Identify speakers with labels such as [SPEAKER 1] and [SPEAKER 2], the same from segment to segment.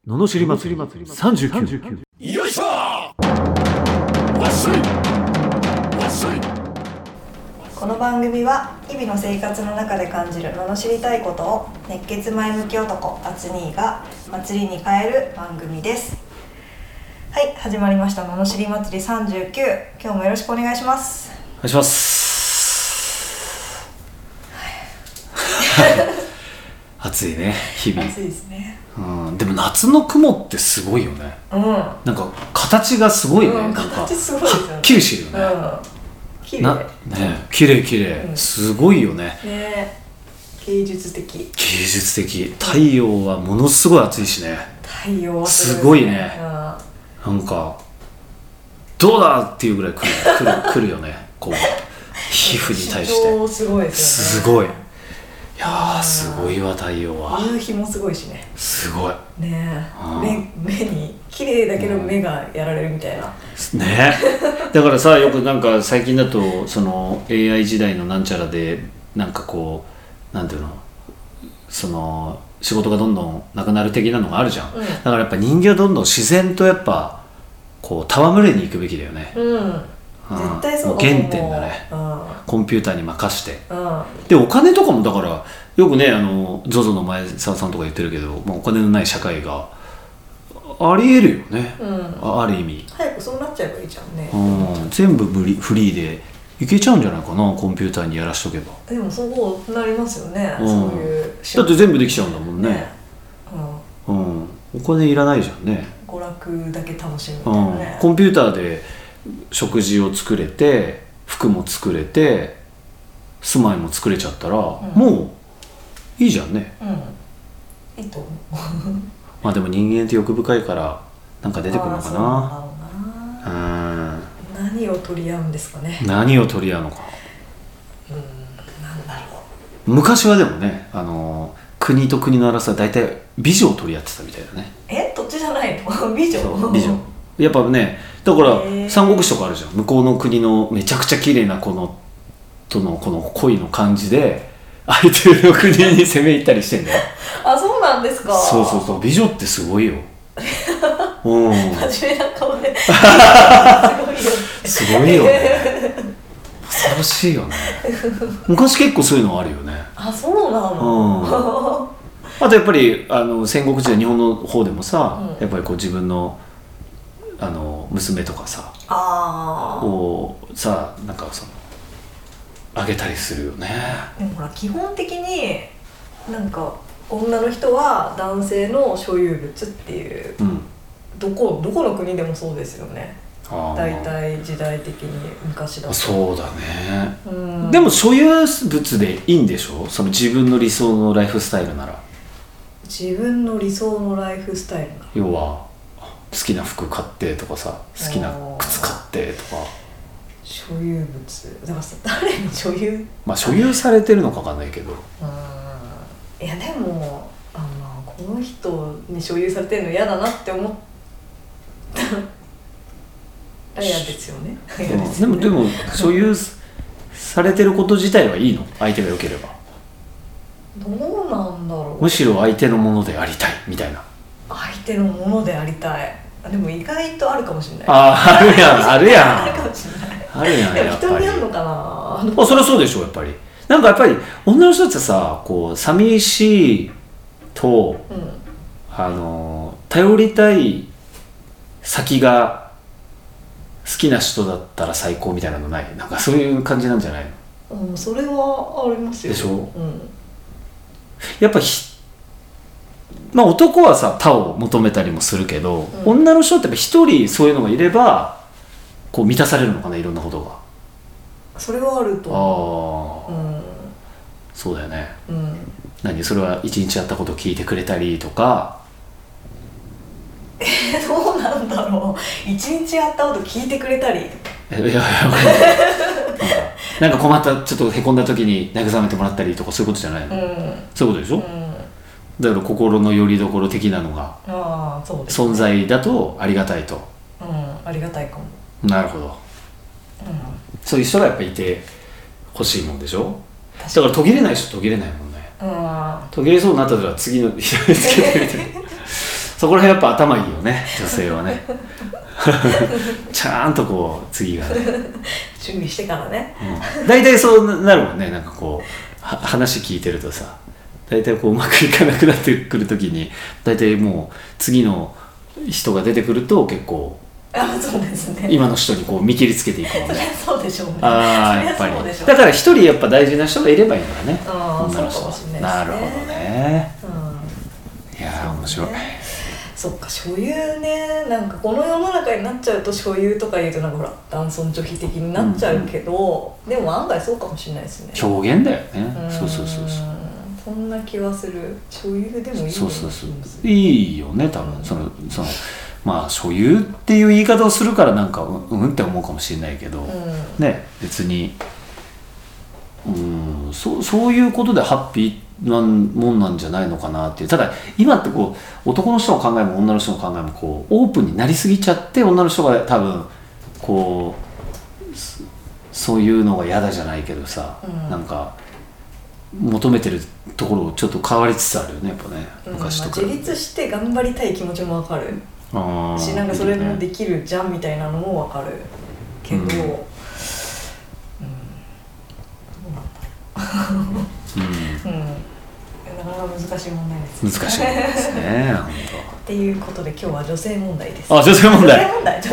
[SPEAKER 1] ののしり祭り39。
[SPEAKER 2] よいしょわっしょいわっしょい。
[SPEAKER 3] この番組は日々の生活の中で感じる罵りたいことを熱血前向き男アツニーが祭りに変える番組です。はい、始まりました罵り祭り39。今日もよろしくお願いします。
[SPEAKER 1] お願いします。暑いね、日々。
[SPEAKER 3] 暑いですね。
[SPEAKER 1] でも夏の雲ってすごいよね。なんか形がすごいね。
[SPEAKER 3] 形すごいですよね。
[SPEAKER 1] はっきりしてるよね。
[SPEAKER 3] 綺麗
[SPEAKER 1] ね、綺麗、すごいよね。
[SPEAKER 3] 芸術的。
[SPEAKER 1] 芸術的。太陽はものすごい暑いしね。
[SPEAKER 3] 太陽は
[SPEAKER 1] すごいね。なんかどうだっていうぐらい来るよね。こう皮膚に対して。
[SPEAKER 3] すごいですよね。
[SPEAKER 1] すごい。いやー、すごいわ、太陽は。
[SPEAKER 3] 夕日もすごいしね。
[SPEAKER 1] すごい
[SPEAKER 3] ねえ、目に綺麗だけど目がやられるみたいな
[SPEAKER 1] ね。だからさ、よくなんか最近だとその AI 時代のなんちゃらでなんかこうなんていうの、その仕事がどんどんなくなる的なのがあるじゃん。だからやっぱ人間はどんどん自然とやっぱこう戯れに行くべきだよね。
[SPEAKER 3] 絶対そう。
[SPEAKER 1] 原点だね。コンピューターに任して。でお金とかもだからよくね、ZOZO の前澤さんとか言ってるけど、お金のない社会がありえるよね。ある意味
[SPEAKER 3] 早くそうなっちゃえばいいじゃんね。
[SPEAKER 1] 全部フリーでいけちゃうんじゃないかな、コンピューターにやらしとけば。
[SPEAKER 3] でもそうなりますよね、そういう
[SPEAKER 1] だって全部できちゃうんだもんね。お金いらないじゃんね。
[SPEAKER 3] 娯楽だけ楽しむみたいなね。
[SPEAKER 1] コンピューターで食事を作れて服も作れて住まいも作れちゃったら、もういいじゃんね。
[SPEAKER 3] いいと思う。
[SPEAKER 1] まあでも人間って欲深いからなんか出てくるのかな。
[SPEAKER 3] そうなんだろうな。何を取り合うんですかね。
[SPEAKER 1] 何を取り合うのか。
[SPEAKER 3] なんだろ
[SPEAKER 1] う。昔はでもね、国と国の争いは大体美女を取り合ってたみたいだね。
[SPEAKER 3] どっちじゃないの？美女。
[SPEAKER 1] 美女。やっぱね、だから三国志とかあるじゃん。向こうの国のめちゃくちゃ綺麗な子のとのこの恋の感じで相手の国に攻め入ったりしてんだよ。
[SPEAKER 3] あ、そうなんですか。
[SPEAKER 1] そう、美女ってすごいよ。
[SPEAKER 3] 真面目な顔で。
[SPEAKER 1] すごいよね。恐ろしいよね。昔結構そういうのあるよね。
[SPEAKER 3] あ、そうなの。
[SPEAKER 1] あとやっぱり戦国時代日本の方でもさ、やっぱりこう自分の娘とかさをさ、なんかそのあげたりするよね。
[SPEAKER 3] でもほら基本的になんか女の人は男性の所有物っていう、どこの国でもそうですよね。大体時代的に昔だと。そうだ
[SPEAKER 1] ね。でも所有物でいいんでしょ、その自分の理想のライフスタイルなら。
[SPEAKER 3] 自分の理想のライフスタイルなら、
[SPEAKER 1] 要は好きな服買ってとかさ、好きな靴買ってとか。
[SPEAKER 3] 所有物だからさ、誰に所有、
[SPEAKER 1] 所有されてるのか分かんないけど、
[SPEAKER 3] いやでもこの人に所有されてるの嫌だなって思ったら嫌ですよね。
[SPEAKER 1] でも所有されてること自体はいいの、相手が良ければ。
[SPEAKER 3] どうなんだろう。
[SPEAKER 1] むしろ相手のものでありたいみたいな。
[SPEAKER 3] 相手のものでありたい。でも意外とあるかもしれない。
[SPEAKER 1] あるやん。
[SPEAKER 3] あるかもしれない。
[SPEAKER 1] あるやん。
[SPEAKER 3] でも人にあるのかな。
[SPEAKER 1] そりゃそうでしょ、やっぱり。なんかやっぱり女の人ってさ、こう寂しいと、頼りたい先が好きな人だったら最高みたいなのない？なんかそういう感じなんじゃないの？
[SPEAKER 3] それはありますよ。
[SPEAKER 1] でしょ？やっぱ男はさ他を求めたりもするけど、女の人ってやっぱ一人そういうのがいればこう満たされるのかな、いろんなことが。
[SPEAKER 3] それはあると思う。
[SPEAKER 1] そうだよね。何それは一日やったこと聞いてくれたりとか。
[SPEAKER 3] どうなんだろう。一日やったこと聞いてくれたり。
[SPEAKER 1] なんか困った、ちょっとへこんだ時に慰めてもらったりとか、そういうことじゃないの？そういうことでしょ。だから心の拠り所的なのが存在だとありがたいと。
[SPEAKER 3] ありがたいかも。
[SPEAKER 1] なるほど。そういう人がやっぱいて欲しいもんでしょ。だから途切れない人途切れないもんね。途切れそうになったら次の人につけてみてそこら辺やっぱ頭いいよね女性はねちゃんとこう次がね
[SPEAKER 3] 準備してからね、
[SPEAKER 1] 大体そうなるもんね。なんかこう話聞いてるとさ、大体こううまくいかなくなってくるときに大体もう次の人が出てくると結構
[SPEAKER 3] そうですね、
[SPEAKER 1] 今の人にこう見切りつけていくもんね。
[SPEAKER 3] そうでしょうね。
[SPEAKER 1] やっぱりだから一人やっぱ大事な人がいればいいんだね、女の人は。
[SPEAKER 3] そうかもしれないですね。
[SPEAKER 1] なるほどね、いやー面白い。
[SPEAKER 3] そっか、所有ね。なんかこの世の中になっちゃうと所有とか言うとなんかほら男尊女卑的になっちゃうけど、でも案外そうかもしれないですね。
[SPEAKER 1] 表現だよね。そう
[SPEAKER 3] そんな気はする。所有でもいいよね。
[SPEAKER 1] そういいよね多分、そのまあ所有っていう言い方をするからなんかって思うかもしれないけど、ね、別にそういうことでハッピーなもんなんじゃないのかなっていう。ただ今ってこう男の人の考えも女の人の考えもこうオープンになりすぎちゃって、女の人が多分こうそういうのが嫌だじゃないけどさ、なんか求めてるところをちょっと変わりつつあるよねやっぱね、昔とか、
[SPEAKER 3] 自立して頑張りたい気持ちもわかるし、なんかそれもできるじゃんみたいなのもわかるけど、なかなか難しい問題ですね。
[SPEAKER 1] 難しいですね本当。
[SPEAKER 3] っていうことで今日は女性問題です。
[SPEAKER 1] 女性問題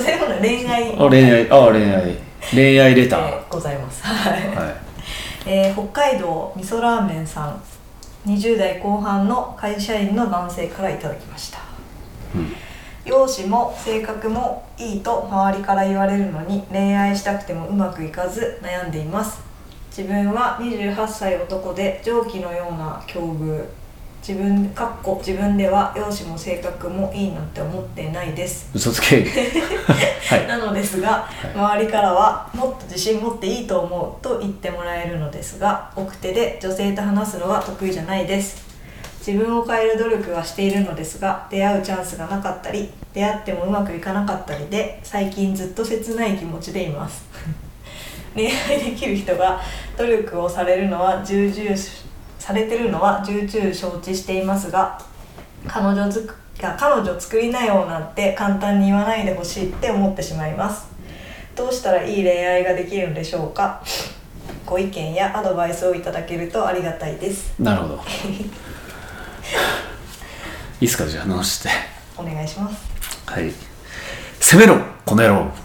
[SPEAKER 1] 恋愛レター、
[SPEAKER 3] ございます。北海道味噌ラーメンさん、20代後半の会社員の男性からいただきました。容姿も性格もいいと周りから言われるのに恋愛したくてもうまくいかず悩んでいます。自分は28歳男で上記のような境遇。自分では容姿も性格もいいなんて思ってないです。
[SPEAKER 1] 嘘つけ
[SPEAKER 3] なのですが、周りからはもっと自信持っていいと思うと言ってもらえるのですが、奥手で女性と話すのは得意じゃないです。自分を変える努力はしているのですが、出会うチャンスがなかったり、出会ってもうまくいかなかったりで、最近ずっと切ない気持ちでいます恋愛できる人が努力をされてるのは重々承知していますが、彼女作りなよなんて簡単に言わないでほしいって思ってしまいます。どうしたらいい恋愛ができるのでしょうか。ご意見やアドバイスをいただけるとありがたいです。
[SPEAKER 1] なるほどいいっすか、じゃあ直して
[SPEAKER 3] お願いします。
[SPEAKER 1] はい。攻めろこの野郎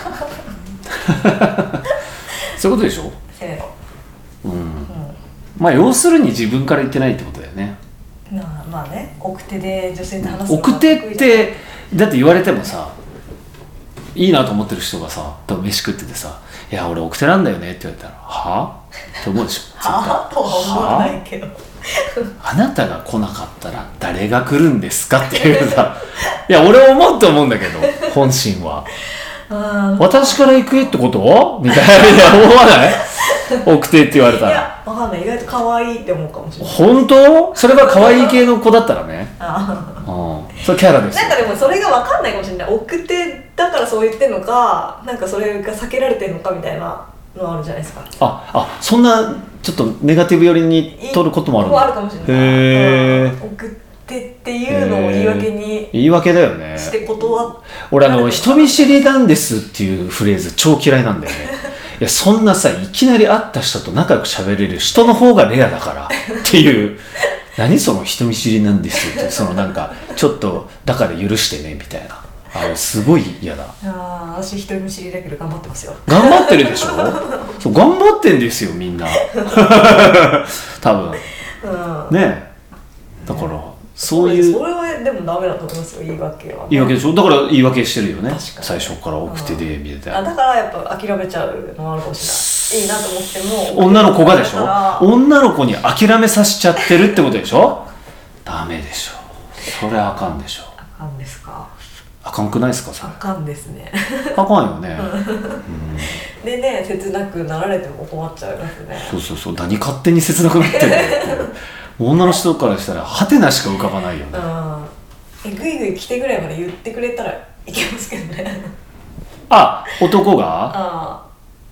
[SPEAKER 1] そういうことでしょ。
[SPEAKER 3] 攻めろ。
[SPEAKER 1] まあ要するに自分から言ってないってことだよね。
[SPEAKER 3] まあね、奥手で女性と話すのが
[SPEAKER 1] 奥手ってだって言われてもさ、いいなと思ってる人がさ飯食っててさ、いや俺奥手なんだよねって言われたらはぁって思うでしょ。
[SPEAKER 3] はぁとは思わないけど
[SPEAKER 1] あなたが来なかったら誰が来るんですかっていうさいや俺思うと思うんだけど本心は私から行くってことみたいな思わない奥手って言われたら。い
[SPEAKER 3] や、わかんない。意外と可愛いって思うかもしれない。
[SPEAKER 1] 本当？それが可愛い系の子だったらねそれキャラですよ。
[SPEAKER 3] なんかでもそれがわかんないかもしれない。奥手だからそう言ってんのか、なんかそれが避けられてんのかみたいなのあるじゃないですか。
[SPEAKER 1] そんなちょっとネガティブ寄りに取ることもあるの？
[SPEAKER 3] あるかもしれない。奥手っていうのを言い訳に
[SPEAKER 1] 言い訳だよね。
[SPEAKER 3] して断っ
[SPEAKER 1] 俺人見知りなんですっていうフレーズ超嫌いなんだよねいやそんなさ、いきなり会った人と仲良く喋れる人の方がレアだからっていう何その人見知りなんですってそのなんかちょっとだから許してねみたいな、あれすごい嫌だ。
[SPEAKER 3] 私人見知りだけど頑張ってますよ。
[SPEAKER 1] 頑張ってるでしょそう頑張ってんですよみんな多分、ねだからそういう
[SPEAKER 3] それはでもダメだと思いますよ。言い訳は、ね、
[SPEAKER 1] 言い訳でしょ。だから言い訳してるよね。最初から奥手で見てて、
[SPEAKER 3] だからやっぱ諦めちゃうのもあるかもしれない。いいなと思っても
[SPEAKER 1] 女の子がでしょ。女の子に諦めさせちゃってるってことでしょダメでしょ。それあかんでしょ。
[SPEAKER 3] あかんですか。
[SPEAKER 1] あかんくないですかそれ。
[SPEAKER 3] あかんですね。
[SPEAKER 1] あかんよね、
[SPEAKER 3] でね、切なくなられても困っちゃいますね。
[SPEAKER 1] そう何勝手に切なくなってるのって女の人からしたらハテナしか浮かばないよね。
[SPEAKER 3] グイグイ来てぐらいまで言ってくれたらいけますけどね
[SPEAKER 1] 男が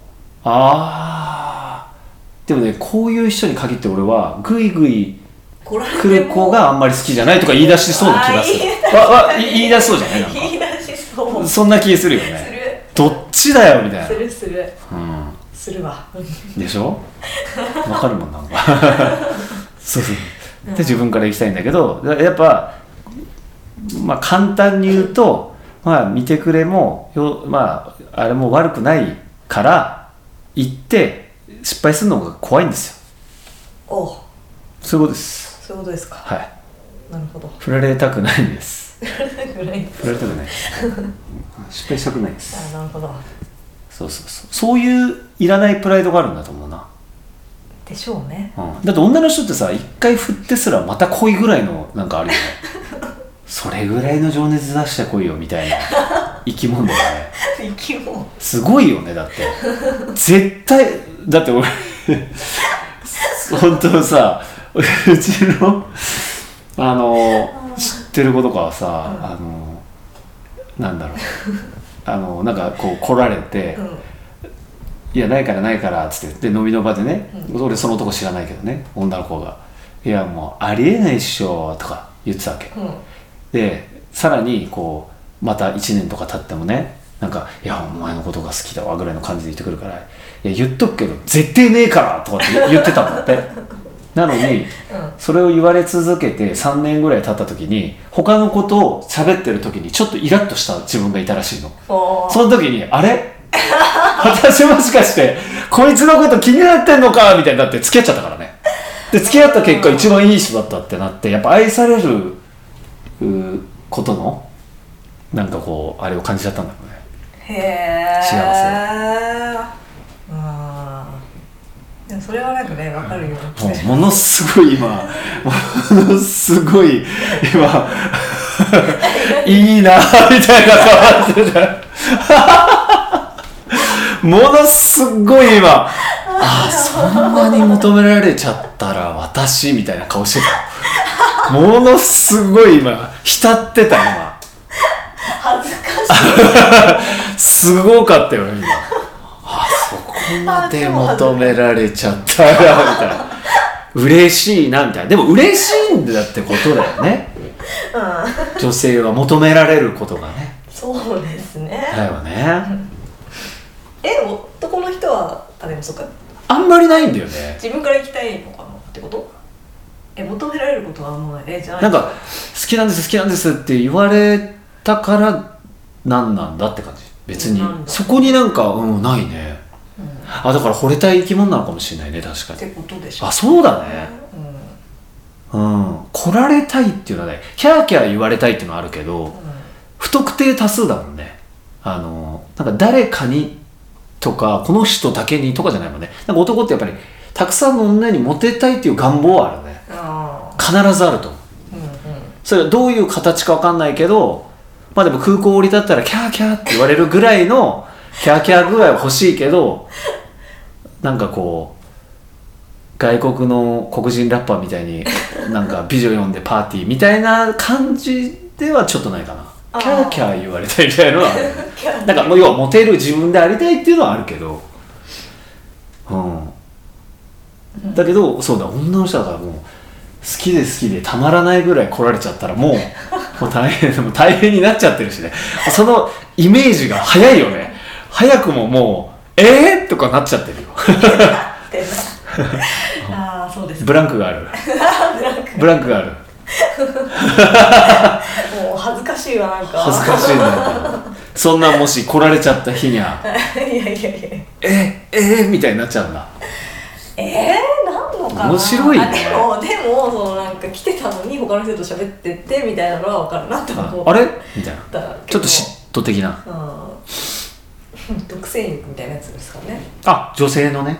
[SPEAKER 1] でもね、こういう人に限って俺はグイグイ
[SPEAKER 3] 来られても
[SPEAKER 1] 来る子があんまり好きじゃないとか言い出しそうな気がする。言い出しそうじゃない？なんか
[SPEAKER 3] 言い出しそう。
[SPEAKER 1] そんな気するよね。
[SPEAKER 3] する。
[SPEAKER 1] どっちだよみたいな。
[SPEAKER 3] するする。
[SPEAKER 1] うん
[SPEAKER 3] するわ。
[SPEAKER 1] でしょ？わかるもんなんか。そうそう。で自分から行きたいんだけど、やっぱまあ簡単に言うと、まあ見てくれもまああれも悪くないから行って失敗するのが怖いんですよ。
[SPEAKER 3] おう、
[SPEAKER 1] そういうことです。
[SPEAKER 3] そういうことですか。
[SPEAKER 1] はい。
[SPEAKER 3] なるほど。
[SPEAKER 1] 振られたくないんです。
[SPEAKER 3] 振られたくない。
[SPEAKER 1] 振られたくないです。失敗したくないです。
[SPEAKER 3] あ、なるほど。
[SPEAKER 1] そうそうそう。そういういらないプライドがあるんだと思うな。
[SPEAKER 3] でしょうね。
[SPEAKER 1] うん、だって女の人ってさ、一回振ってすらまた来いぐらいのなんかあるよね。それぐらいの情熱出してこいよみたいな生き物だよね。
[SPEAKER 3] 生き物。
[SPEAKER 1] すごいよね。だって絶対だって俺本当さ、うちの知ってる子とかはさ、なんだろうなんかこう来られて、いやないからないからっつってで飲みの場でね、俺その男知らないけどね、女の子がいやもうありえないっしょとか言ってたわけ、でさらにこうまた1年とか経ってもね、なんかいやお前のことが好きだわぐらいの感じで言ってくるから、いや言っとくけど絶対ねえからとかって言ってたんだってなのに、それを言われ続けて3年ぐらい経った時に他のことを喋ってる時にちょっとイラッとした自分がいたらしいの。その時にあれ私もしかしてこいつのこと気になってんのかみたいになって付き合っちゃったからね。で付き合った結果一番いい人だったってなって、やっぱ愛されることのなんかこうあれを感じちゃったんだろうね。
[SPEAKER 3] へー、
[SPEAKER 1] 幸
[SPEAKER 3] せ。でもそれはなんかね、分かるよね。
[SPEAKER 1] ものすごい今ものすごい今いいなみたいな顔してたものすごい今そんなに求められちゃったら私みたいな顔してた。ものすごい今浸ってた今。
[SPEAKER 3] 恥ずかしい
[SPEAKER 1] すごかったよ今。そこまで求められちゃったらみたいな。嬉しいなみたいな。でも嬉しいんだってことだよね、女性は求められることがね。
[SPEAKER 3] そうですね。
[SPEAKER 1] だよね。
[SPEAKER 3] 男の人はでもそっか、
[SPEAKER 1] あんまりないんだよね。
[SPEAKER 3] 自分から行きたいのかなってこと？求められることはあんまないじゃない。
[SPEAKER 1] なんか好きなんです好きなんですって言われたから何なんだって感じ。別にそこになんかないね、だから惚れたい生き物なのかもしれないね。確かに
[SPEAKER 3] ってことでしょ。
[SPEAKER 1] そうだね。来られたいっていうのはね、キャーキャー言われたいっていうのはあるけど、不特定多数だもんね。なんか誰かにとかこの人だけにとかじゃないもんね。なんか男ってやっぱりたくさんの女にモテたいっていう願望はあるね。必ずあると思う。それはどういう形か分かんないけど、まあでも空港降り立ったらキャーキャーって言われるぐらいのキャーキャー具合は欲しいけど、なんかこう外国の黒人ラッパーみたいになんか美女読んでパーティーみたいな感じではちょっとないかな。キャーキャー言われたいみたいなのはあるなんかもう要はモテる自分でありたいっていうのはあるけど、だけどそうだ、女の人だからもう好きでたまらないぐらい来られちゃったらもう大変になっちゃってるしね。そのイメージが早いよね。早くももうとかなっちゃってるよ
[SPEAKER 3] そうです。
[SPEAKER 1] ブランクがあるブランクがある
[SPEAKER 3] もう恥ずかしいわ。なんか
[SPEAKER 1] 恥ずかしいねそんなもし来られちゃった日にはい
[SPEAKER 3] や
[SPEAKER 1] みたいになっちゃうんだ。
[SPEAKER 3] なんのかな。
[SPEAKER 1] 面白いね。
[SPEAKER 3] でもそのなんか来てたのに他の人と喋っててみたいなのは分かるなって思う。
[SPEAKER 1] あれみたいな、ちょっと嫉妬的な、
[SPEAKER 3] 独占欲みたいなやつですかね。
[SPEAKER 1] 女性のね、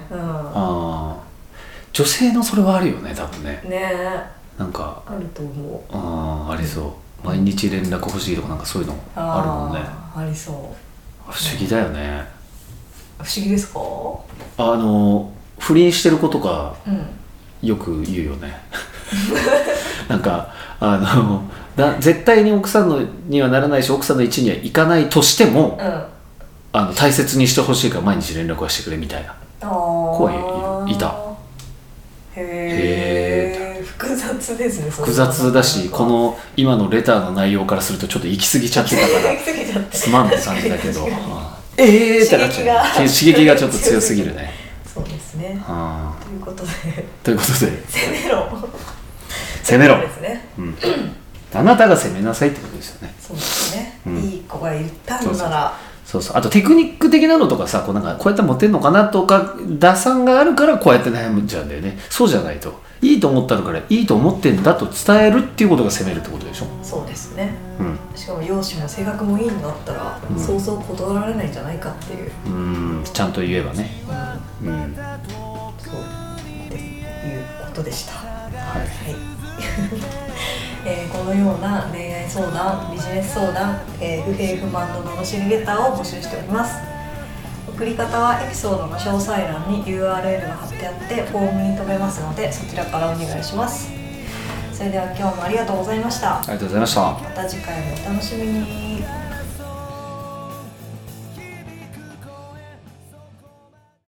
[SPEAKER 1] 女性のそれはあるよね多分ね。なんか
[SPEAKER 3] あると思う。
[SPEAKER 1] ありそう。毎日連絡欲しいとかなんかそういうのあるもんね。
[SPEAKER 3] ありそう。
[SPEAKER 1] 不思議だよね。
[SPEAKER 3] 不思議ですか？
[SPEAKER 1] 不倫してる子とかよく言うよねなんか絶対に奥さんのにはならないし奥さんの位置には行かないとしても、大切にしてほしいから毎日連絡はしてくれみたいな子はいた。
[SPEAKER 3] へえ、複雑雑ですね。
[SPEAKER 1] 複雑だし、この今のレターの内容からするとちょっと行き過ぎちゃってたから
[SPEAKER 3] 行き過ぎちゃって
[SPEAKER 1] すまんって感じだけど、
[SPEAKER 3] 確か
[SPEAKER 1] ってなっちゃう。刺激がちょっと強すぎるね。
[SPEAKER 3] そうですね。ということで攻めろ
[SPEAKER 1] 攻めろ
[SPEAKER 3] ですね。
[SPEAKER 1] あなたが攻めなさいってことですよね。
[SPEAKER 3] そうですね。いい子が言ったのなら、
[SPEAKER 1] そうそう。あとテクニック的なのとかさ、こうなんかこうやって持ってんのかなとか打算があるからこうやって悩むんじゃうんだよね。そうじゃないと、いいと思ったるからいいと思ってんだと伝えるっていうことが攻めるってことでしょ。
[SPEAKER 3] そうですね。しかも容姿も性格もいいんだったら、そうそう断られないんじゃないかっていう。
[SPEAKER 1] ちゃんと言えばね。
[SPEAKER 3] そうっていうことでした。
[SPEAKER 1] はい
[SPEAKER 3] このような恋愛相談、ビジネス相談、不平不満の罵りレターを募集しております。送り方はエピソードの詳細欄に URL が貼ってあってフォームに飛べますので、そちらからお願いします。それでは今日もありがとうございました。
[SPEAKER 1] ありがとうございました。
[SPEAKER 3] また次回もお楽しみに。